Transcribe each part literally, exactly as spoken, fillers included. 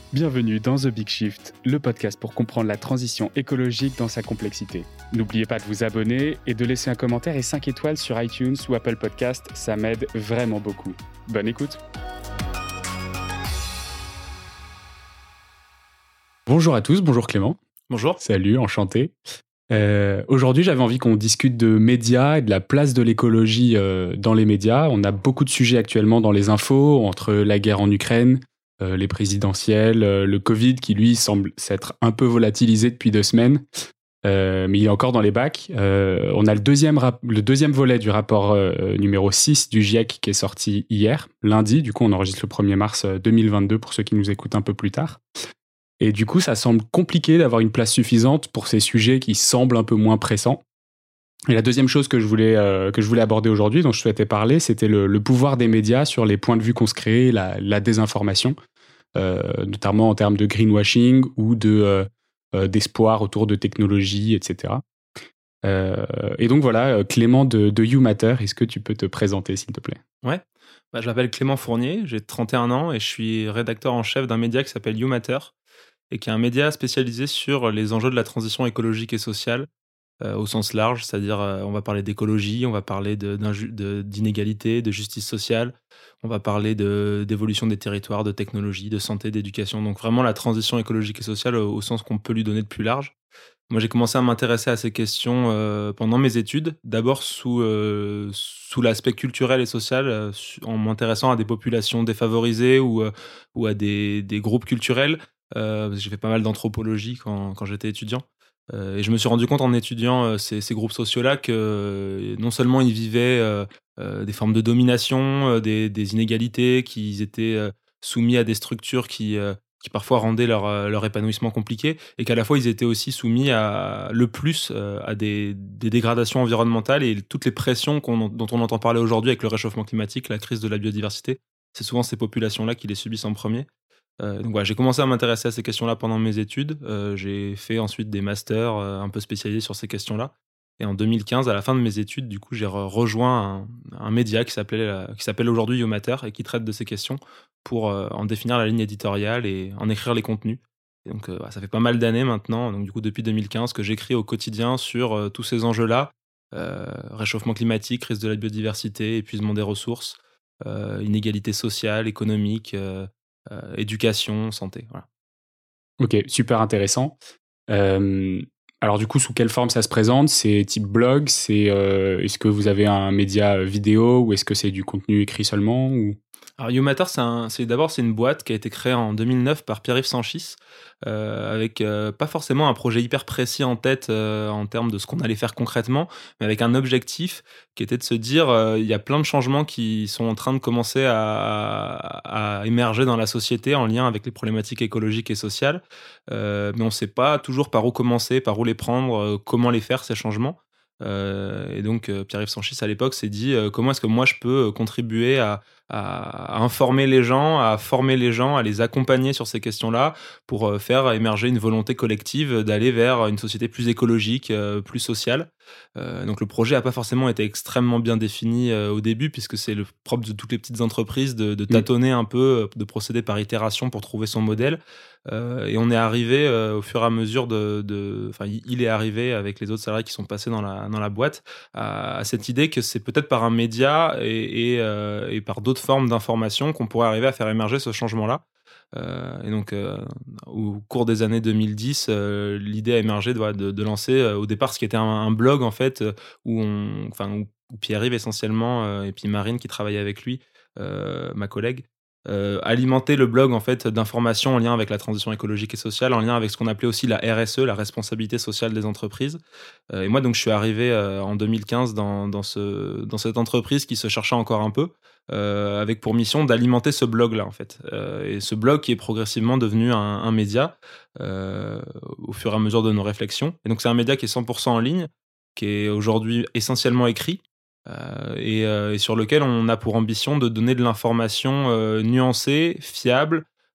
Bienvenue dans The Big Shift, le podcast pour comprendre la transition écologique dans sa complexité. N'oubliez pas de vous abonner et de laisser un commentaire et cinq étoiles sur iTunes ou Apple Podcast, ça m'aide vraiment beaucoup. Bonne écoute. Bonjour à tous, bonjour Clément. Bonjour. Salut, enchanté. Euh, aujourd'hui, j'avais envie qu'on discute de médias et de la place de l'écologie euh, dans les médias. On a beaucoup de sujets actuellement dans les infos, entre la guerre en Ukraine, euh, les présidentielles, euh, le Covid qui, lui, semble s'être un peu volatilisé depuis deux semaines, euh, mais il est encore dans les bacs. Euh, on a le deuxième, rap- le deuxième volet du rapport euh, numéro six du GIEC qui est sorti hier, lundi. Du coup, on enregistre le premier mars deux mille vingt-deux pour ceux qui nous écoutent un peu plus tard. Et du coup, ça semble compliqué d'avoir une place suffisante pour ces sujets qui semblent un peu moins pressants. Et la deuxième chose que je voulais, euh, que je voulais aborder aujourd'hui, dont je souhaitais parler, c'était le, le pouvoir des médias sur les points de vue qu'on se crée, la, la désinformation, euh, notamment en termes de greenwashing ou de, euh, euh, d'espoir autour de technologies, et cetera. Euh, et donc voilà, Clément de, de You Matter, est-ce que tu peux te présenter, s'il te plaît ? Ouais, bah, je m'appelle Clément Fournier, j'ai trente et un ans et je suis rédacteur en chef d'un média qui s'appelle You Matter et qui est un média spécialisé sur les enjeux de la transition écologique et sociale euh, au sens large, c'est-à-dire euh, on va parler d'écologie, on va parler de, d'inju- de- d'inégalité, de justice sociale, on va parler de, d'évolution des territoires, de technologie, de santé, d'éducation, donc vraiment la transition écologique et sociale au, au sens qu'on peut lui donner de plus large. Moi, j'ai commencé à m'intéresser à ces questions euh, pendant mes études, d'abord sous, euh, sous l'aspect culturel et social, euh, su- en m'intéressant à des populations défavorisées ou, euh, ou à des, des groupes culturels. Euh, parce que j'ai fait pas mal d'anthropologie quand, quand j'étais étudiant. Euh, et je me suis rendu compte en étudiant euh, ces, ces groupes sociaux-là que euh, non seulement ils vivaient euh, euh, des formes de domination, euh, des, des inégalités, qu'ils étaient euh, soumis à des structures qui... euh, qui parfois rendaient leur, euh, leur épanouissement compliqué, et qu'à la fois ils étaient aussi soumis à, le plus euh, à des, des dégradations environnementales et toutes les pressions qu'on, dont on entend parler aujourd'hui avec le réchauffement climatique, la crise de la biodiversité. C'est souvent ces populations-là qui les subissent en premier. Euh, donc voilà, j'ai commencé à m'intéresser à ces questions-là pendant mes études. Euh, j'ai fait ensuite des masters euh, un peu spécialisés sur ces questions-là. Et en deux mille quinze, à la fin de mes études, du coup, j'ai re- rejoint un, un média qui s'appelait, euh, qui s'appelle aujourd'hui You Matter et qui traite de ces questions pour euh, en définir la ligne éditoriale et en écrire les contenus. Et donc, euh, bah, ça fait pas mal d'années maintenant, donc du coup depuis deux mille quinze, que j'écris au quotidien sur euh, tous ces enjeux-là, euh, réchauffement climatique, crise de la biodiversité, épuisement des ressources, euh, inégalité sociale, économique, euh, euh, éducation, santé. Voilà. Ok, super intéressant. Euh, alors du coup, sous quelle forme ça se présente ? C'est type blog ? C'est, euh, est-ce que vous avez un média vidéo ou est-ce que c'est du contenu écrit seulement ou... Alors You Matter, c'est, un, c'est d'abord c'est une boîte qui a été créée en deux mille neuf par Pierre-Yves Sanchis, euh, avec euh, pas forcément un projet hyper précis en tête euh, en termes de ce qu'on allait faire concrètement, mais avec un objectif qui était de se dire euh, il y a plein de changements qui sont en train de commencer à, à, à émerger dans la société en lien avec les problématiques écologiques et sociales, euh, mais on ne sait pas toujours par où commencer, par où les prendre, euh, comment les faire ces changements. Euh, et donc euh, Pierre-Yves Sanchis à l'époque s'est dit euh, comment est-ce que moi je peux euh, contribuer à à, à informer les gens, à former les gens, à les accompagner sur ces questions-là pour euh, faire émerger une volonté collective d'aller vers une société plus écologique, euh, plus sociale. Euh, donc le projet n'a pas forcément été extrêmement bien défini euh, au début, puisque c'est le propre de toutes les petites entreprises de, de tâtonner un peu, de procéder par itération pour trouver son modèle. Euh, et on est arrivé euh, au fur et à mesure de... de enfin, il est arrivé avec les autres salariés qui sont passés dans la, dans la boîte à, à cette idée que c'est peut-être par un média et, et, euh, et par d'autres formes d'information qu'on pourrait arriver à faire émerger ce changement-là. Euh, et donc, euh, au cours des années deux mille dix, euh, l'idée a émergé de, de, de lancer euh, au départ ce qui était un, un blog en fait où on, enfin où, où Pierre-Yves essentiellement euh, et puis Marine qui travaillait avec lui, euh, ma collègue, euh, alimenter le blog en fait d'informations en lien avec la transition écologique et sociale, en lien avec ce qu'on appelait aussi la R S E, la responsabilité sociale des entreprises. Euh, et moi donc je suis arrivé euh, en deux mille quinze dans, dans, ce, dans cette entreprise qui se cherchait encore un peu. Euh, avec pour mission d'alimenter ce blog-là, en fait. Euh, et ce blog qui est progressivement devenu un, un média euh, au fur et à mesure de nos réflexions. Et donc, c'est un média qui est cent pour cent en ligne, qui est aujourd'hui essentiellement écrit, euh, et, euh, et sur lequel on a pour ambition de donner de l'information euh, nuancée, fiable,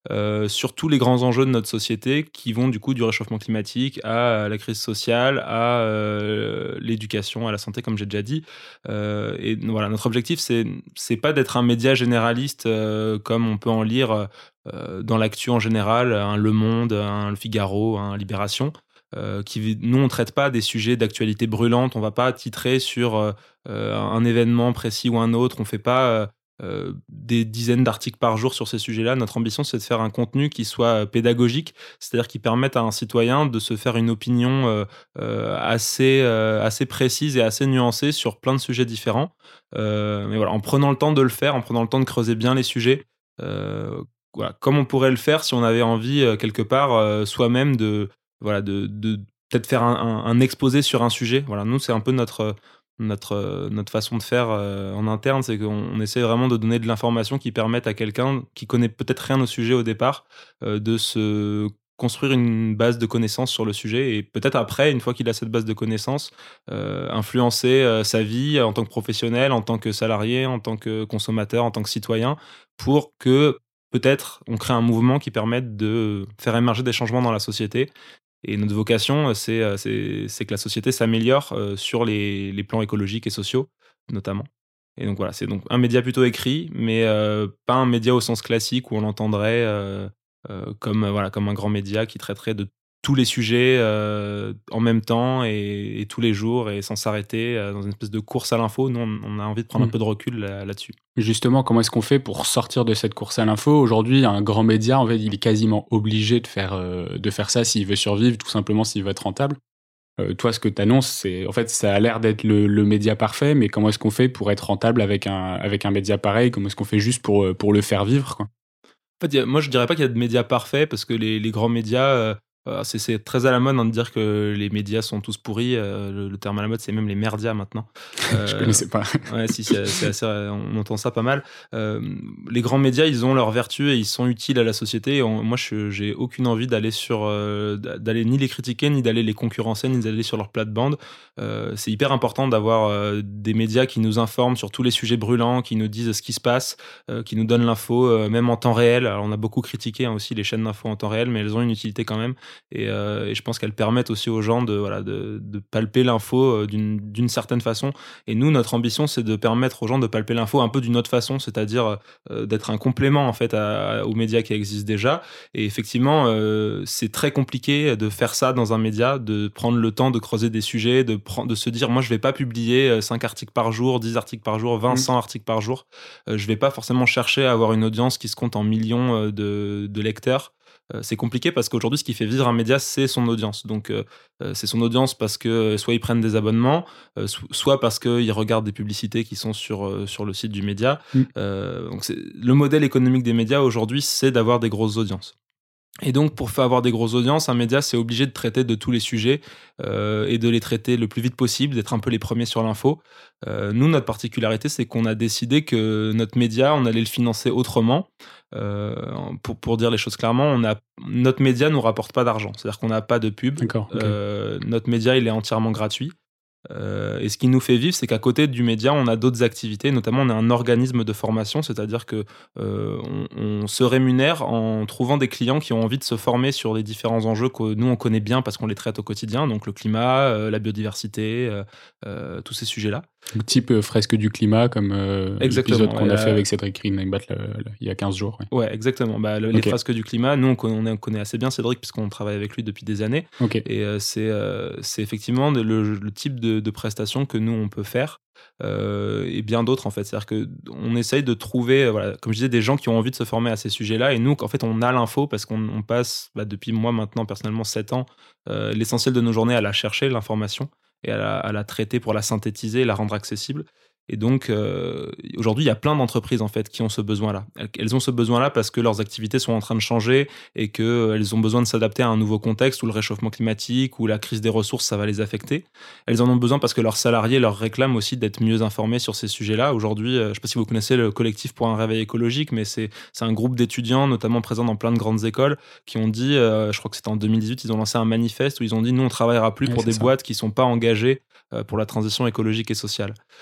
euh, sur tous les grands enjeux de notre société qui vont du coup du réchauffement climatique à la crise sociale, à euh, l'éducation, à la santé, comme j'ai déjà dit. Euh, et voilà, notre objectif, c'est c'est pas d'être un média généraliste euh, comme on peut en lire euh, dans l'actu en général, un Le Monde, un Le Figaro, un Libération. Euh, qui, nous, on ne traite pas des sujets d'actualité brûlante, on ne va pas titrer sur euh, un événement précis ou un autre, on ne fait pas euh, euh, des dizaines d'articles par jour sur ces sujets-là. Notre ambition, c'est de faire un contenu qui soit pédagogique, c'est-à-dire qui permette à un citoyen de se faire une opinion euh, euh, assez, euh, assez précise et assez nuancée sur plein de sujets différents. Euh, mais voilà, en prenant le temps de le faire, en prenant le temps de creuser bien les sujets, euh, voilà, comme on pourrait le faire si on avait envie, euh, quelque part, euh, soi-même de voilà, de, de peut-être faire un, un, un exposé sur un sujet. Voilà, nous, c'est un peu notre, notre, notre façon de faire euh, en interne, c'est qu'on on essaie vraiment de donner de l'information qui permette à quelqu'un qui connaît peut-être rien au sujet au départ, euh, de se construire une base de connaissances sur le sujet et peut-être après, une fois qu'il a cette base de connaissances, euh, influencer euh, sa vie en tant que professionnel, en tant que salarié, en tant que consommateur, en tant que citoyen, pour que peut-être on crée un mouvement qui permette de faire émerger des changements dans la société. Et notre vocation, c'est, c'est, c'est que la société s'améliore euh, sur les, les plans écologiques et sociaux, notamment. Et donc voilà, c'est donc un média plutôt écrit, mais euh, pas un média au sens classique où on l'entendrait euh, euh, comme, euh, voilà, comme un grand média qui traiterait de tous les sujets euh, en même temps et, et tous les jours et sans s'arrêter euh, dans une espèce de course à l'info. Nous, on, on a envie de prendre mmh. un peu de recul là, là-dessus. Justement, comment est-ce qu'on fait pour sortir de cette course à l'info ? Aujourd'hui, un grand média, en fait, il est quasiment obligé de faire, euh, de faire ça s'il veut survivre, tout simplement s'il veut être rentable. Euh, toi, ce que tu annonces, c'est, en fait, ça a l'air d'être le, le média parfait, mais comment est-ce qu'on fait pour être rentable avec un, avec un média pareil ? Comment est-ce qu'on fait juste pour, pour le faire vivre, quoi ? En fait, y a, moi, je dirais pas qu'il y a de médias parfaits parce que les, les grands médias, euh, c'est, c'est très à la mode hein, de dire que les médias sont tous pourris. Euh, le, le terme à la mode, c'est même les merdias maintenant. Euh, je connaissais pas. Ouais, si, c'est, c'est assez, on entend ça pas mal. Euh, les grands médias, ils ont leurs vertus et ils sont utiles à la société. On, moi, je, j'ai aucune envie d'aller sur, euh, d'aller ni les critiquer, ni d'aller les concurrencer, ni d'aller sur leur plate-bande. Euh, c'est hyper important d'avoir euh, des médias qui nous informent sur tous les sujets brûlants, qui nous disent ce qui se passe, euh, qui nous donnent l'info, euh, même en temps réel. Alors, on a beaucoup critiqué hein, aussi les chaînes d'info en temps réel, mais elles ont une utilité quand même. Et, euh, et je pense qu'elles permettent aussi aux gens de, voilà, de, de palper l'info d'une, d'une certaine façon. Et nous, notre ambition, c'est de permettre aux gens de palper l'info un peu d'une autre façon, c'est-à-dire euh, d'être un complément en fait à, à, aux médias qui existent déjà. Et effectivement, euh, c'est très compliqué de faire ça dans un média, de prendre le temps de creuser des sujets, de, pre- de se dire, moi, je vais pas publier cinq articles par jour, dix articles par jour, vingt, cent articles par jour. Euh, je vais pas forcément chercher à avoir une audience qui se compte en millions de, de lecteurs. C'est compliqué parce qu'aujourd'hui, ce qui fait vivre un média, c'est son audience. Donc, euh, c'est son audience parce que soit ils prennent des abonnements, euh, soit parce qu'ils regardent des publicités qui sont sur, euh, sur le site du média. Mmh. Euh, donc c'est, le modèle économique des médias aujourd'hui, c'est d'avoir des grosses audiences. Et donc, pour faire avoir des grosses audiences, un média, c'est obligé de traiter de tous les sujets euh, et de les traiter le plus vite possible, d'être un peu les premiers sur l'info. Euh, nous, notre particularité, c'est qu'on a décidé que notre média, on allait le financer autrement. Euh, pour, pour dire les choses clairement, on a, notre média ne nous rapporte pas d'argent. C'est-à-dire qu'on n'a pas de pub. D'accord, okay. euh, notre média, il est entièrement gratuit. Euh, et ce qui nous fait vivre, c'est qu'à côté du média, on a d'autres activités. Notamment, on est un organisme de formation, c'est-à-dire que euh, on, on se rémunère en trouvant des clients qui ont envie de se former sur les différents enjeux que nous on connaît bien parce qu'on les traite au quotidien, donc le climat, euh, la biodiversité, euh, euh, tous ces sujets-là. Le type euh, fresque du climat, comme euh, l'épisode qu'on ouais, a fait euh... avec Cédric Greenbat il y a quinze jours. Ouais, ouais exactement. Bah, le, okay. Les fresques du climat, nous on connaît, on connaît assez bien Cédric puisqu'on travaille avec lui depuis des années. Okay. Et euh, c'est, euh, c'est effectivement le, le type de, de prestations que nous on peut faire. Euh, et bien d'autres en fait, c'est-à-dire que on essaye de trouver, voilà, comme je disais, des gens qui ont envie de se former à ces sujets-là, et nous en fait on a l'info parce qu'on on passe bah, depuis moi maintenant personnellement sept ans euh, l'essentiel de nos journées à la chercher, l'information, et à la, à la traiter pour la synthétiser et la rendre accessible. Et donc, euh, aujourd'hui, il y a plein d'entreprises en fait qui ont ce besoin-là. Elles ont ce besoin-là parce que leurs activités sont en train de changer et qu'elles ont besoin de s'adapter à un nouveau contexte où le réchauffement climatique ou la crise des ressources, ça va les affecter. Elles en ont besoin parce que leurs salariés leur réclament aussi d'être mieux informés sur ces sujets-là. Aujourd'hui, je ne sais pas si vous connaissez le collectif pour un réveil écologique, mais c'est, c'est un groupe d'étudiants, notamment présents dans plein de grandes écoles, qui ont dit, euh, je crois que c'était en deux mille dix-huit, ils ont lancé un manifeste où ils ont dit, nous, on ne travaillera plus ouais, pour des ça. boîtes qui ne sont pas engagées pour la transition écologique et sociale. Bah,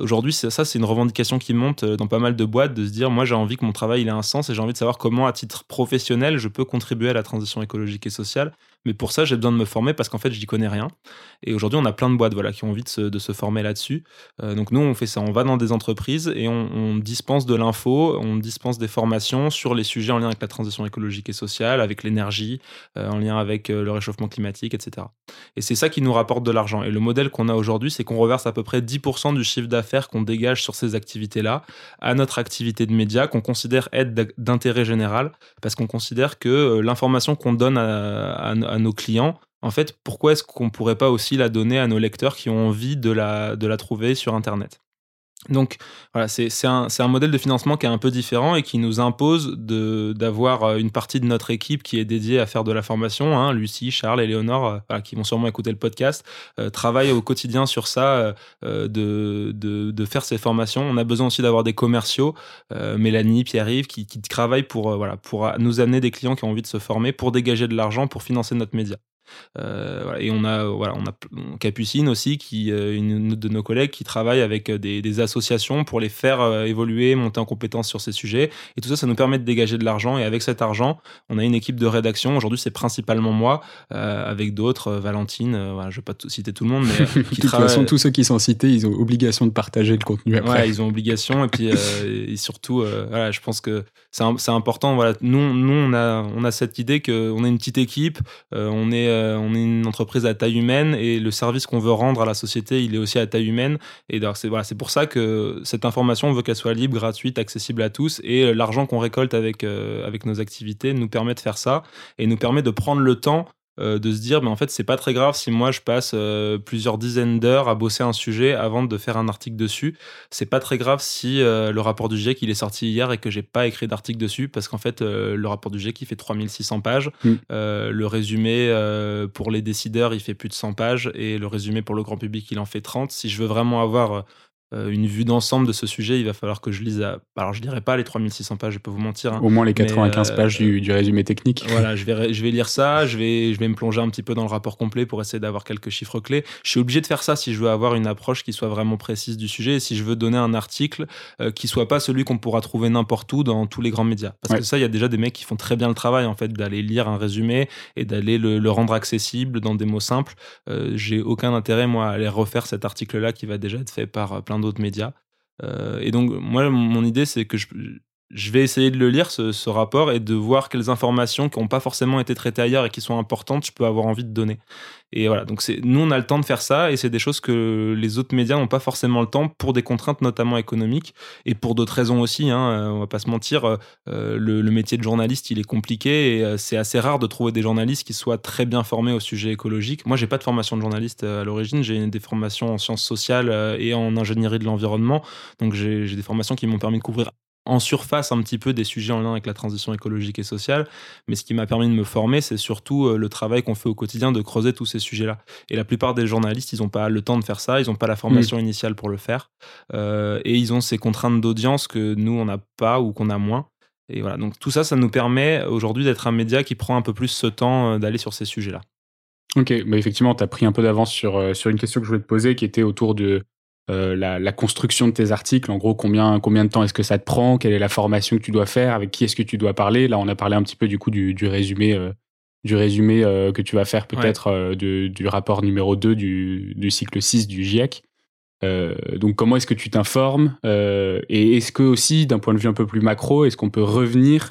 aujourd'hui, c'est, ça, c'est une revendication qui monte dans pas mal de boîtes, de se dire, moi, j'ai envie que mon travail il ait un sens et j'ai envie de savoir comment, à titre professionnel, je peux contribuer à la transition écologique et sociale. Mais pour ça, j'ai besoin de me former parce qu'en fait, j'y connais rien. Et aujourd'hui, on a plein de boîtes voilà, qui ont envie de se, de se former là-dessus. Euh, donc nous, on fait ça. On va dans des entreprises et on, on dispense de l'info, on dispense des formations sur les sujets en lien avec la transition écologique et sociale, avec l'énergie, euh, en lien avec euh, le réchauffement climatique, et cetera. Et c'est ça qui nous rapporte de l'argent. Et le modèle qu'on a aujourd'hui, c'est qu'on reverse à peu près dix pour cent du chiffre d'affaires qu'on dégage sur ces activités-là à notre activité de média qu'on considère être d'intérêt général parce qu'on considère que euh, l'information qu'on donne à, à, à nos clients, en fait, pourquoi est-ce qu'on ne pourrait pas aussi la donner à nos lecteurs qui ont envie de la, de la trouver sur Internet ? Donc voilà, c'est, c'est, un, c'est un modèle de financement qui est un peu différent et qui nous impose de, d'avoir une partie de notre équipe qui est dédiée à faire de la formation. Hein, Lucie, Charles et Léonore, euh, voilà, qui vont sûrement écouter le podcast, euh, travaillent au quotidien sur ça, euh, de, de, de faire ces formations. On a besoin aussi d'avoir des commerciaux, euh, Mélanie, Pierre-Yves, qui, qui travaillent pour, euh, voilà, pour nous amener des clients qui ont envie de se former, pour dégager de l'argent, pour financer notre média. Euh, voilà, et on a, voilà, on a Capucine aussi, qui, euh, une de nos collègues, qui travaille avec des, des associations pour les faire euh, évoluer, monter en compétences sur ces sujets. Et tout ça, ça nous permet de dégager de l'argent. Et avec cet argent, on a une équipe de rédaction. Aujourd'hui, c'est principalement moi, euh, avec d'autres, euh, Valentine, euh, voilà, je ne vais pas t- citer tout le monde, mais euh, qui de toute travaille... façon, tous ceux qui sont cités, ils ont obligation de partager le contenu après. Ouais, ils ont obligation. Et puis, euh, et surtout, euh, voilà, je pense que c'est, un, c'est important. Voilà, nous, nous on, a, on a cette idée qu'on est une petite équipe, euh, on est on est une entreprise à taille humaine et le service qu'on veut rendre à la société, il est aussi à taille humaine. Et donc c'est, voilà, c'est pour ça que cette information, on veut qu'elle soit libre, gratuite, accessible à tous. Et l'argent qu'on récolte avec, euh, avec nos activités nous permet de faire ça et nous permet de prendre le temps euh, de se dire, mais en fait, c'est pas très grave si moi je passe euh, plusieurs dizaines d'heures à bosser un sujet avant de faire un article dessus. C'est pas très grave si euh, le rapport du GIEC il est sorti hier et que j'ai pas écrit d'article dessus parce qu'en fait, euh, le rapport du GIEC il fait trois mille six cents pages. Mm. Euh, le résumé euh, pour les décideurs il fait plus de cent pages et le résumé pour le grand public il en fait trente. Si je veux vraiment avoir une vue d'ensemble de ce sujet, il va falloir que je lise à... alors je dirais pas les trois mille six cents pages, je peux vous mentir, hein, au moins les quatre-vingt-quinze euh, pages du, du résumé technique. Voilà, je vais je vais lire ça, je vais je vais me plonger un petit peu dans le rapport complet pour essayer d'avoir quelques chiffres clés. Je suis obligé de faire ça si je veux avoir une approche qui soit vraiment précise du sujet et si je veux donner un article euh, qui soit pas celui qu'on pourra trouver n'importe où dans tous les grands médias, parce ouais. que ça il y a déjà des mecs qui font très bien le travail en fait d'aller lire un résumé et d'aller le, le rendre accessible dans des mots simples. Euh, j'ai aucun intérêt moi à aller refaire cet article là qui va déjà être fait par plein d'autres médias. Euh, et donc moi mon idée c'est que je, je vais essayer de le lire ce, ce rapport et de voir quelles informations qui n'ont pas forcément été traitées ailleurs et qui sont importantes je peux avoir envie de donner. Et voilà, donc c'est, nous on a le temps de faire ça et c'est des choses que les autres médias n'ont pas forcément le temps pour des contraintes notamment économiques et pour d'autres raisons aussi, hein, on va pas se mentir, euh, le, le métier de journaliste il est compliqué et euh, c'est assez rare de trouver des journalistes qui soient très bien formés au sujet écologique. Moi j'ai pas de formation de journaliste euh, à l'origine, j'ai des formations en sciences sociales euh, et en ingénierie de l'environnement, donc j'ai, j'ai des formations qui m'ont permis de couvrir en surface un petit peu des sujets en lien avec la transition écologique et sociale, mais ce qui m'a permis de me former, c'est surtout euh, le travail qu'on fait au quotidien de creuser tous ces sujets-là. Et la plupart des journalistes, ils n'ont pas le temps de faire ça, ils n'ont pas la formation mmh. initiale pour le faire, euh, et ils ont ces contraintes d'audience que nous, on n'a pas ou qu'on a moins. Et voilà, donc tout ça, ça nous permet aujourd'hui d'être un média qui prend un peu plus ce temps euh, d'aller sur ces sujets-là. Ok, bah effectivement, tu as pris un peu d'avance sur, euh, sur une question que je voulais te poser, qui était autour de Euh, la, la construction de tes articles, en gros, combien, combien de temps est-ce que ça te prend, quelle est la formation que tu dois faire, avec qui est-ce que tu dois parler. Là, on a parlé un petit peu du coup du, du résumé, euh, du résumé euh, que tu vas faire peut-être ouais. euh, de, du rapport numéro deux du, du cycle six du GIEC. Euh, donc, comment est-ce que tu t'informes euh, et est-ce que aussi, d'un point de vue un peu plus macro, est-ce qu'on peut revenir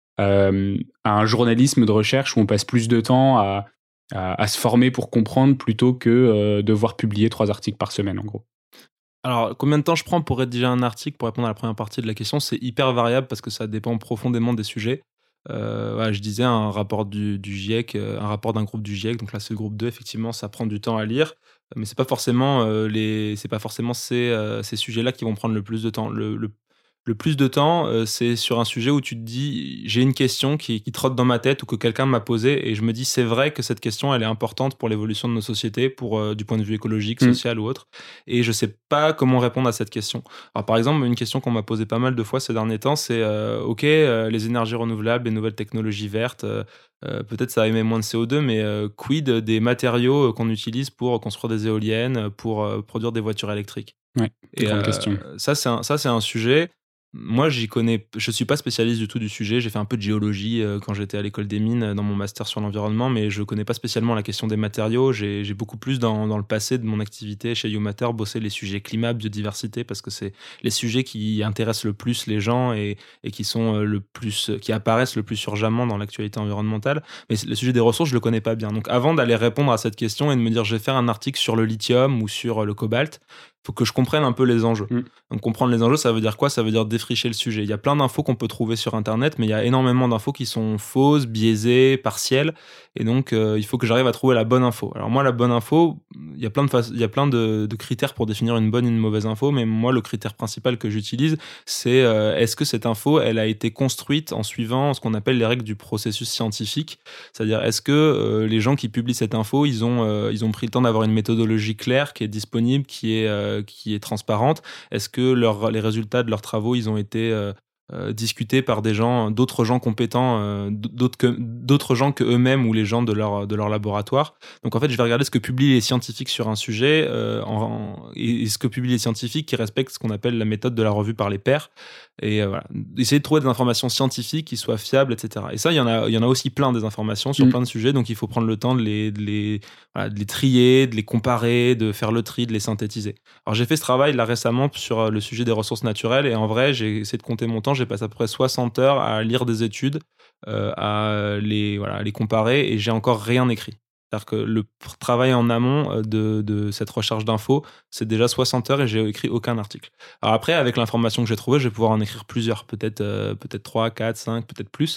euh, à un journalisme de recherche où on passe plus de temps à, à, à se former pour comprendre plutôt que euh, devoir publier trois articles par semaine, en gros? Alors, combien de temps je prends pour rédiger un article, pour répondre à la première partie de la question, c'est hyper variable parce que ça dépend profondément des sujets. Euh, voilà, je disais un rapport du, du GIEC, un rapport d'un groupe du GIEC, donc là c'est le groupe deux, effectivement, ça prend du temps à lire, mais c'est pas forcément euh, les, c'est pas forcément ces, euh, ces sujets-là qui vont prendre le plus de temps. Le, le Le plus de temps, euh, c'est sur un sujet où tu te dis j'ai une question qui, qui trotte dans ma tête ou que quelqu'un m'a posée et je me dis c'est vrai que cette question elle est importante pour l'évolution de nos sociétés, pour euh, du point de vue écologique, social mmh. ou autre, et je sais pas comment répondre à cette question. Alors par exemple, une question qu'on m'a posée pas mal de fois ces derniers temps, c'est euh, ok euh, les énergies renouvelables, les nouvelles technologies vertes, euh, euh, peut-être ça émet moins de C O deux, mais euh, quid des matériaux qu'on utilise pour construire des éoliennes, pour euh, produire des voitures électriques? Ouais, Et grande euh, question. ça, c'est un, ça, c'est un sujet. Moi, j'y connais, je suis pas spécialiste du tout du sujet. J'ai fait un peu de géologie euh, quand j'étais à l'école des mines euh, dans mon master sur l'environnement, mais je connais pas spécialement la question des matériaux. J'ai, j'ai beaucoup plus dans, dans le passé de mon activité chez YouMatter bossé les sujets climat, biodiversité, parce que c'est les sujets qui intéressent le plus les gens et, et qui sont euh, le plus, qui apparaissent le plus urgemment dans l'actualité environnementale. Mais le sujet des ressources, je le connais pas bien. Donc, avant d'aller répondre à cette question et de me dire, je vais faire un article sur le lithium ou sur le cobalt, faut que je comprenne un peu les enjeux. Mm. Donc comprendre les enjeux, ça veut dire quoi ? Ça veut dire défricher le sujet. Il y a plein d'infos qu'on peut trouver sur Internet, mais il y a énormément d'infos qui sont fausses, biaisées, partielles. Et donc, euh, il faut que j'arrive à trouver la bonne info. Alors moi, la bonne info, il y a plein de, fa- il y a plein de, de critères pour définir une bonne et une mauvaise info, mais moi, le critère principal que j'utilise, c'est euh, est-ce que cette info, elle a été construite en suivant ce qu'on appelle les règles du processus scientifique ? C'est-à-dire, est-ce que euh, les gens qui publient cette info, ils ont, euh, ils ont pris le temps d'avoir une méthodologie claire, qui est disponible, qui est... Euh, qui est transparente. Est-ce que leur, les résultats de leurs travaux, ils ont été euh, euh, discutés par des gens, d'autres gens compétents, euh, d'autres, que, d'autres gens que eux-mêmes ou les gens de leur, de leur laboratoire. Donc en fait, je vais regarder ce que publient les scientifiques sur un sujet euh, en, en, et ce que publient les scientifiques qui respectent ce qu'on appelle la méthode de la revue par les pairs. Et euh, voilà, essayer de trouver des informations scientifiques qui soient fiables, et cetera. Et ça, il y en a, il y en a aussi plein des informations sur mmh. plein de sujets, donc il faut prendre le temps de les, de les, voilà, de les trier, de les comparer, de faire le tri, de les synthétiser. Alors j'ai fait ce travail là récemment sur le sujet des ressources naturelles, et en vrai, j'ai essayé de compter mon temps, j'ai passé à peu près soixante heures à lire des études, euh, à les, voilà, à les comparer, et j'ai encore rien écrit. C'est-à-dire que le travail en amont de, de cette recherche d'infos, c'est déjà soixante heures et j'ai écrit aucun article. Alors après, avec l'information que j'ai trouvée, je vais pouvoir en écrire plusieurs, peut-être euh, peut-être trois, quatre, cinq, peut-être plus.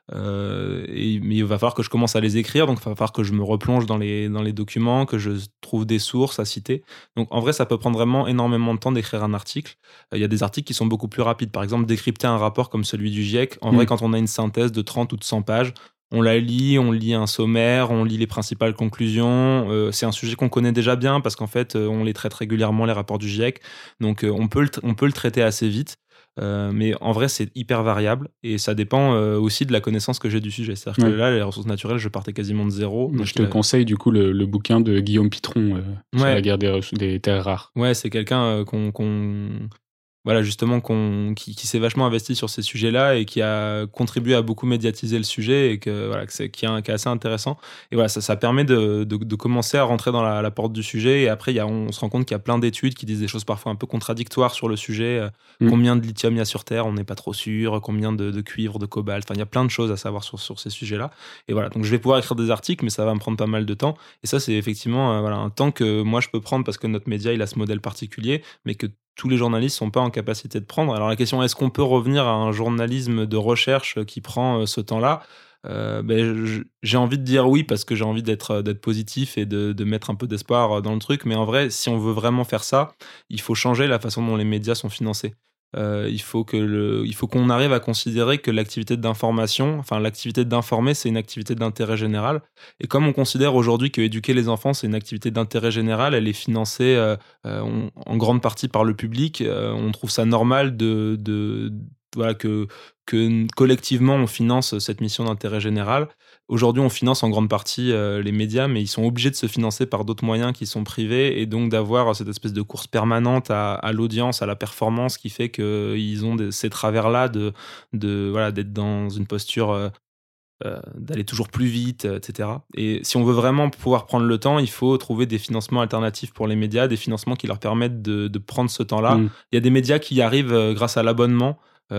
Euh, et, mais il va falloir que je commence à les écrire, donc il va falloir que je me replonge dans les, dans les documents, que je trouve des sources à citer. Donc en vrai, ça peut prendre vraiment énormément de temps d'écrire un article. Il y a des articles qui sont beaucoup plus rapides. Par exemple, décrypter un rapport comme celui du GIEC. En mmh. vrai, quand on a une synthèse de trente ou de cent pages, on la lit, on lit un sommaire, on lit les principales conclusions. Euh, c'est un sujet qu'on connaît déjà bien parce qu'en fait, euh, on les traite régulièrement, les rapports du GIEC. Donc, euh, on, peut le, on peut le traiter assez vite. Euh, mais en vrai, c'est hyper variable et ça dépend euh, aussi de la connaissance que j'ai du sujet. C'est-à-dire ouais. que là, les ressources naturelles, je partais quasiment de zéro. Je te a... conseille du coup le, le bouquin de Guillaume Pitron euh, sur ouais. la guerre des, des terres rares. Ouais, c'est quelqu'un euh, qu'on... qu'on... Voilà, justement, qu'on, qui, qui s'est vachement investi sur ces sujets-là et qui a contribué à beaucoup médiatiser le sujet et que, voilà, que c'est, qui, est, qui est assez intéressant. Et voilà, ça, ça permet de, de, de commencer à rentrer dans la, la porte du sujet. Et après, il y a, on se rend compte qu'il y a plein d'études qui disent des choses parfois un peu contradictoires sur le sujet. Mmh. Combien de lithium il y a sur Terre, on n'est pas trop sûr. Combien de, de cuivre, de cobalt. Enfin, il y a plein de choses à savoir sur, sur ces sujets-là. Et voilà, donc je vais pouvoir écrire des articles, mais ça va me prendre pas mal de temps. Et ça, c'est effectivement euh, voilà, un temps que moi, je peux prendre parce que notre média, il a ce modèle particulier, mais que tous les journalistes sont pas en capacité de prendre. Alors la question, est-ce qu'on peut revenir à un journalisme de recherche qui prend ce temps-là ? euh, ben, je, j'ai envie de dire oui, parce que j'ai envie d'être, d'être positif et de, de mettre un peu d'espoir dans le truc. Mais en vrai, si on veut vraiment faire ça, il faut changer la façon dont les médias sont financés. Euh, il faut que le, il faut qu'on arrive à considérer que l'activité d'information, enfin l'activité d'informer, c'est une activité d'intérêt général. Et comme on considère aujourd'hui que éduquer les enfants, c'est une activité d'intérêt général, elle est financée euh, on, en grande partie par le public. Euh, on trouve ça normal de, de, de voilà que que collectivement on finance cette mission d'intérêt général. Aujourd'hui, on finance en grande partie euh, les médias, mais ils sont obligés de se financer par d'autres moyens qui sont privés et donc d'avoir cette espèce de course permanente à, à l'audience, à la performance qui fait qu'ils ont des, ces travers-là de, de, voilà, d'être dans une posture, euh, euh, d'aller toujours plus vite, et cetera. Et si on veut vraiment pouvoir prendre le temps, il faut trouver des financements alternatifs pour les médias, des financements qui leur permettent de, de prendre ce temps-là. Mmh. Il y a des médias qui y arrivent euh, grâce à l'abonnement.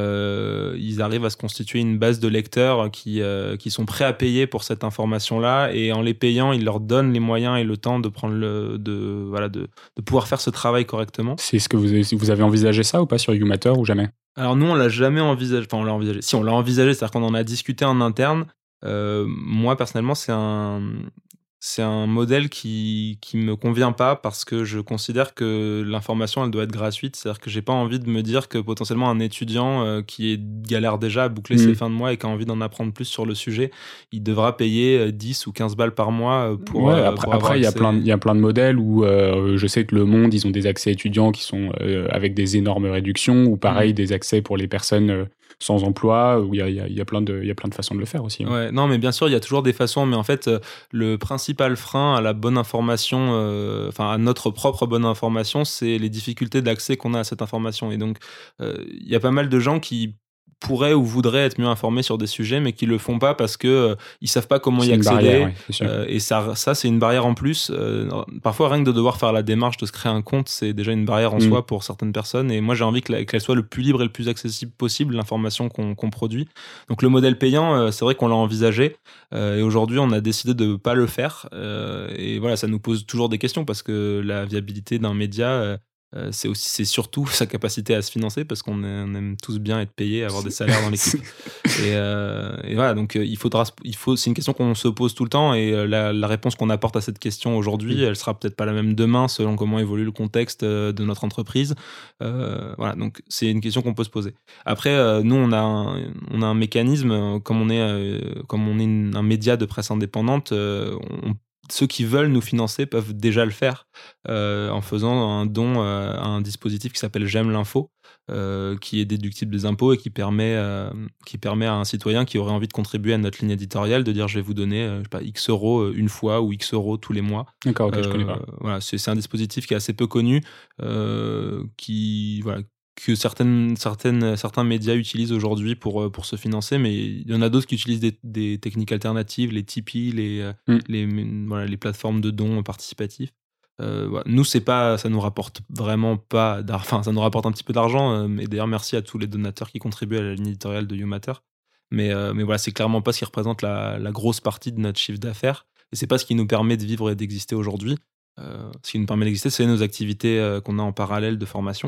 Euh, ils arrivent à se constituer une base de lecteurs qui, euh, qui sont prêts à payer pour cette information-là et en les payant, ils leur donnent les moyens et le temps de, prendre le, de, voilà, de, de pouvoir faire ce travail correctement. C'est ce que vous avez, vous avez envisagé ça ou pas sur YouMatter ou jamais ? Alors nous, on l'a jamais envisagé. Enfin, on l'a envisagé. Si, on l'a envisagé, c'est-à-dire qu'on en a discuté en interne. Euh, moi, personnellement, c'est un... C'est un modèle qui qui me convient pas parce que je considère que l'information elle doit être gratuite, c'est-à-dire que j'ai pas envie de me dire que potentiellement un étudiant euh, qui est galère déjà à boucler mmh. ses fins de mois et qui a envie d'en apprendre plus sur le sujet, il devra payer dix ou quinze balles par mois pour ouais, euh, après pour après il y a accès... plein il y a plein de modèles où euh, je sais que Le Monde ils ont des accès étudiants qui sont euh, avec des énormes réductions ou pareil mmh. des accès pour les personnes euh, sans emploi, où il y a, il y a, il y a plein de, il y a plein de façons de le faire aussi. Hein. Ouais, non, mais bien sûr, il y a toujours des façons, mais en fait, euh, le principal frein à la bonne information, euh, enfin à notre propre bonne information, c'est les difficultés d'accès qu'on a à cette information. Et donc, euh, il y a pas mal de gens qui pourraient ou voudraient être mieux informés sur des sujets, mais qui le font pas parce que euh, ils savent pas comment C'est y une accéder. barrière, ouais, c'est sûr. Euh, et ça, ça, c'est une barrière en plus. Euh, parfois, rien que de devoir faire la démarche de se créer un compte, c'est déjà une barrière en Mm. soi pour certaines personnes. Et moi, j'ai envie que la- qu'elle soit le plus libre et le plus accessible possible, l'information qu'on qu'on produit. Donc, le modèle payant, euh, c'est vrai qu'on l'a envisagé. Euh, et aujourd'hui, on a décidé de ne pas le faire. Euh, et voilà, ça nous pose toujours des questions parce que la viabilité d'un média, euh, euh, c'est aussi, c'est surtout sa capacité à se financer parce qu'on aime, on aime tous bien être payés, avoir des salaires dans l'équipe. Et, euh, et voilà, donc euh, il faudra, il faut, c'est une question qu'on se pose tout le temps et euh, la, la réponse qu'on apporte à cette question aujourd'hui, Mm. elle sera peut-être pas la même demain selon comment évolue le contexte euh, de notre entreprise. Euh, voilà, donc c'est une question qu'on peut se poser. Après, euh, nous, on a un, on a un mécanisme, euh, comme on est, euh, comme on est une, un média de presse indépendante, euh, on, ceux qui veulent nous financer peuvent déjà le faire euh, en faisant un don euh, à un dispositif qui s'appelle J'aime l'info, euh, qui est déductible des impôts et qui permet, euh, qui permet à un citoyen qui aurait envie de contribuer à notre ligne éditoriale de dire je vais vous donner euh, je sais pas, X euros euh, une fois ou X euros tous les mois. D'accord, ok, Euh, je connais pas. Voilà, c'est, c'est un dispositif qui est assez peu connu, euh, qui, voilà, que certaines, certaines, certains médias utilisent aujourd'hui pour, pour se financer, mais il y en a d'autres qui utilisent des, des techniques alternatives, les Tipeee, les, Mm. les, voilà, les plateformes de dons participatifs. Euh, voilà. Nous, c'est pas, ça nous rapporte vraiment pas d'argent. Enfin, ça nous rapporte un petit peu d'argent. Euh, et d'ailleurs, merci à tous les donateurs qui contribuent à la ligne éditoriale de YouMatter. Mais, euh, mais voilà, c'est clairement pas ce qui représente la, la grosse partie de notre chiffre d'affaires. Et c'est pas ce qui nous permet de vivre et d'exister aujourd'hui. Euh, ce qui nous permet d'exister, c'est nos activités euh, qu'on a en parallèle de formation.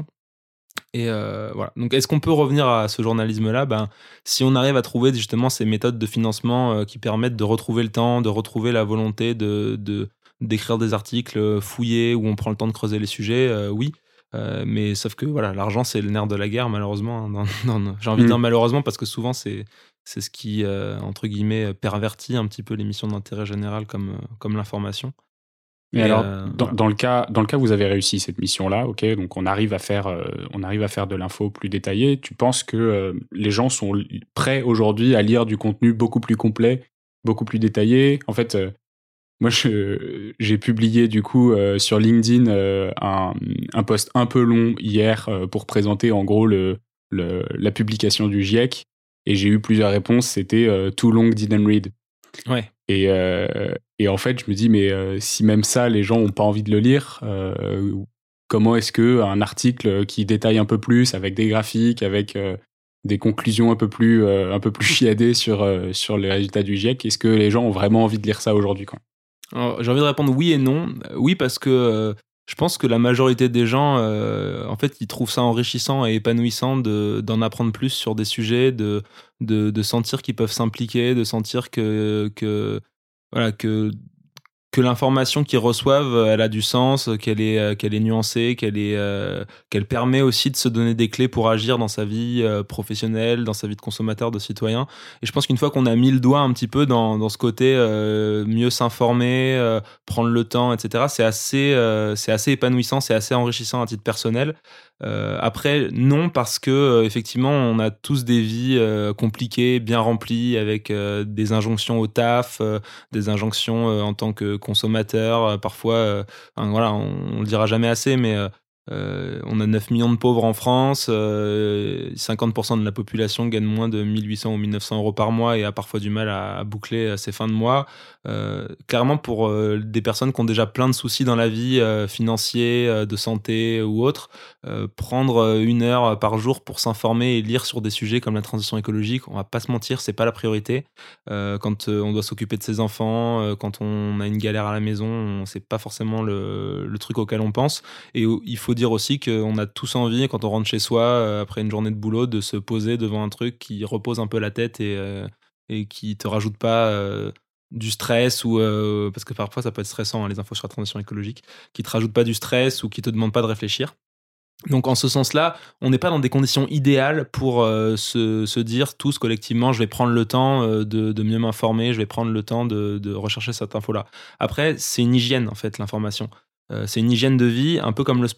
Et euh, voilà. Donc, est-ce qu'on peut revenir à ce journalisme-là? Ben, si on arrive à trouver justement ces méthodes de financement euh, qui permettent de retrouver le temps, de retrouver la volonté de, de d'écrire des articles fouillés où on prend le temps de creuser les sujets, euh, oui. Euh, mais sauf que voilà, l'argent c'est le nerf de la guerre malheureusement. Hein, dans, dans, j'ai envie de dire malheureusement parce que souvent c'est c'est ce qui euh, entre guillemets pervertit un petit peu l'émission d'intérêt général comme comme l'information. Mais Et alors, euh, dans, voilà. dans le cas, dans le cas où vous avez réussi cette mission-là, ok, donc on arrive à faire, euh, on arrive à faire de l'info plus détaillée. Tu penses que euh, les gens sont li- prêts aujourd'hui à lire du contenu beaucoup plus complet, beaucoup plus détaillé? En fait, euh, moi, je, j'ai publié du coup euh, sur LinkedIn euh, un, un post un peu long hier euh, pour présenter en gros le, le, la publication du GIEC, et j'ai eu plusieurs réponses. C'était euh, too long, didn't read. Ouais. Et, euh, et en fait, je me dis, mais euh, si même ça, les gens n'ont pas envie de le lire, euh, comment est-ce qu'un article qui détaille un peu plus, avec des graphiques, avec euh, des conclusions un peu plus, euh, un peu plus chiadées sur, euh, sur les résultats du GIEC, est-ce que les gens ont vraiment envie de lire ça aujourd'hui, quoi? Alors, j'ai envie de répondre oui et non. Oui, parce que euh, je pense que la majorité des gens, euh, en fait, ils trouvent ça enrichissant et épanouissant de, d'en apprendre plus sur des sujets, de, de, de sentir qu'ils peuvent s'impliquer, de sentir que, que, voilà, que, que l'information qu'ils reçoivent, elle a du sens, qu'elle est, qu'elle est nuancée, qu'elle est, euh, qu'elle permet aussi de se donner des clés pour agir dans sa vie euh, professionnelle, dans sa vie de consommateur, de citoyen. Et je pense qu'une fois qu'on a mis le doigt un petit peu dans, dans ce côté euh, mieux s'informer, euh, prendre le temps, et cetera, c'est assez, euh, c'est assez épanouissant, c'est assez enrichissant à titre personnel. Euh, après, non, parce que euh, effectivement, on a tous des vies euh, compliquées, bien remplies, avec euh, des injonctions au taf, euh, des injonctions euh, en tant que consommateur. Euh, parfois, euh, enfin, voilà, on, on le dira jamais assez, mais euh, euh, on a neuf millions de pauvres en France. Euh, cinquante pour cent de la population gagne moins de mille huit cents ou mille neuf cents euros par mois et a parfois du mal à, à boucler ses fins de mois. Euh, clairement, pour euh, des personnes qui ont déjà plein de soucis dans la vie, euh, financiers, euh, de santé ou autres, euh, prendre une heure par jour pour s'informer et lire sur des sujets comme la transition écologique, on va pas se mentir, c'est pas la priorité. Euh, quand euh, on doit s'occuper de ses enfants, euh, quand on a une galère à la maison, c'est pas forcément le, le truc auquel on pense. Et euh, il faut dire aussi qu'on a tous envie, quand on rentre chez soi, euh, après une journée de boulot, de se poser devant un truc qui repose un peu la tête et, euh, et qui te rajoute pas... Euh, du stress ou euh, parce que parfois ça peut être stressant hein, les infos sur la transition écologique, qui te rajoutent pas du stress ou qui te demandent pas de réfléchir. Donc en ce sens-là, on n'est pas dans des conditions idéales pour euh, se, se dire tous collectivement je vais prendre le temps euh, de, de mieux m'informer, je vais prendre le temps de, de rechercher cette info-là. Après, c'est une hygiène en fait l'information. Euh, c'est une hygiène de vie un peu comme le sport.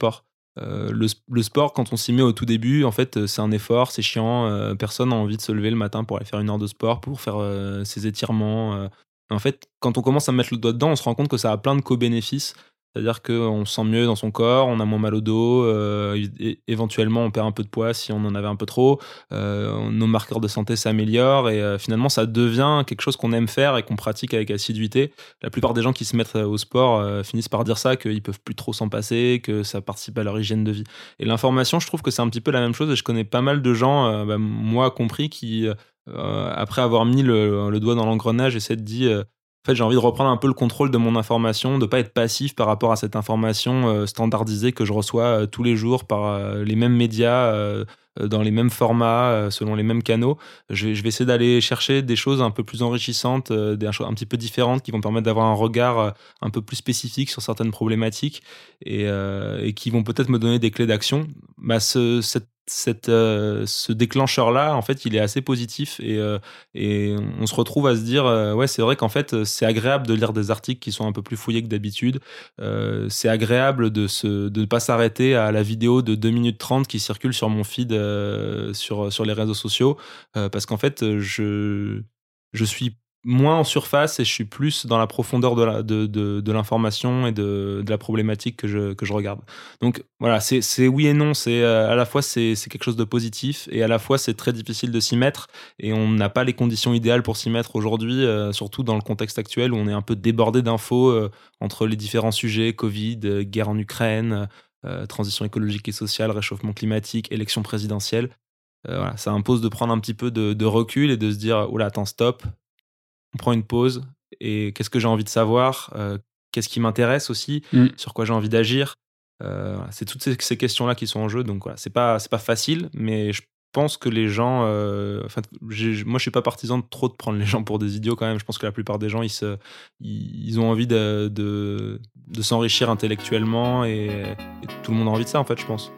Euh, le, le sport, quand on s'y met au tout début, en fait, c'est un effort, c'est chiant. Euh, personne n'a envie de se lever le matin pour aller faire une heure de sport, pour faire euh, ses étirements. Euh. En fait, quand on commence à mettre le doigt dedans, on se rend compte que ça a plein de co-bénéfices. C'est-à-dire qu'on se sent mieux dans son corps, on a moins mal au dos, euh, é- éventuellement on perd un peu de poids si on en avait un peu trop, euh, nos marqueurs de santé s'améliorent et euh, finalement ça devient quelque chose qu'on aime faire et qu'on pratique avec assiduité. La plupart des gens qui se mettent au sport euh, finissent par dire ça, qu'ils peuvent plus trop s'en passer, que ça participe à leur hygiène de vie. Et l'information, je trouve que c'est un petit peu la même chose et je connais pas mal de gens, euh, bah, moi compris, qui euh, après avoir mis le, le doigt dans l'engrenage essaient de dire... Euh, En fait, j'ai envie de reprendre un peu le contrôle de mon information, de ne pas être passif par rapport à cette information euh, standardisée que je reçois euh, tous les jours par euh, les mêmes médias, euh, dans les mêmes formats, euh, selon les mêmes canaux. Je vais, je vais essayer d'aller chercher des choses un peu plus enrichissantes, euh, des, un petit peu différentes, qui vont permettre d'avoir un regard euh, un peu plus spécifique sur certaines problématiques et, euh, et qui vont peut-être me donner des clés d'action. Bah, ce, cette Cette, euh, ce déclencheur-là, en fait, il est assez positif et, euh, et on se retrouve à se dire euh, ouais, c'est vrai qu'en fait, c'est agréable de lire des articles qui sont un peu plus fouillés que d'habitude. Euh, c'est agréable de se, de ne pas s'arrêter à la vidéo de deux minutes trente qui circule sur mon feed euh, sur, sur les réseaux sociaux euh, parce qu'en fait, je, je suis moins en surface et je suis plus dans la profondeur de, la, de, de, de l'information et de, de la problématique que je, que je regarde. Donc voilà, c'est, c'est oui et non. C'est, euh, à la fois, c'est, c'est quelque chose de positif et à la fois, c'est très difficile de s'y mettre et on n'a pas les conditions idéales pour s'y mettre aujourd'hui, euh, surtout dans le contexte actuel où on est un peu débordé d'infos euh, entre les différents sujets, Covid, euh, guerre en Ukraine, euh, transition écologique et sociale, réchauffement climatique, élection présidentielle. Euh, voilà, ça impose de prendre un petit peu de, de recul et de se dire « Oula, attends, stop ». On prend une pause et qu'est-ce que j'ai envie de savoir, euh, qu'est-ce qui m'intéresse aussi, mm. sur quoi j'ai envie d'agir. Euh, c'est toutes ces, ces questions-là qui sont en jeu. Donc voilà, c'est pas c'est pas facile, mais je pense que les gens, euh, enfin, j'ai, moi je suis pas partisan de trop de prendre les gens pour des idiots quand même. Je pense que la plupart des gens ils se, ils, ils ont envie de, de de s'enrichir intellectuellement et, et tout le monde a envie de ça en fait, je pense.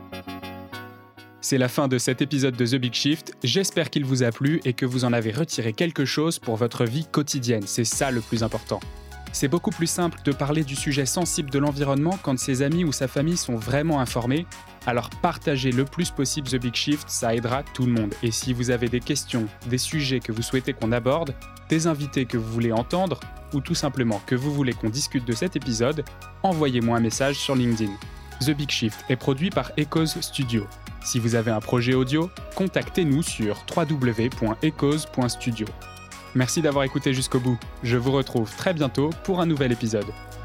C'est la fin de cet épisode de The Big Shift. J'espère qu'il vous a plu et que vous en avez retiré quelque chose pour votre vie quotidienne. C'est ça le plus important. C'est beaucoup plus simple de parler du sujet sensible de l'environnement quand ses amis ou sa famille sont vraiment informés. Alors partagez le plus possible The Big Shift, ça aidera tout le monde. Et si vous avez des questions, des sujets que vous souhaitez qu'on aborde, des invités que vous voulez entendre, ou tout simplement que vous voulez qu'on discute de cet épisode, envoyez-moi un message sur LinkedIn. The Big Shift est produit par Echoes Studio. Si vous avez un projet audio, contactez-nous sur w w w point echoes point studio. Merci d'avoir écouté jusqu'au bout. Je vous retrouve très bientôt pour un nouvel épisode.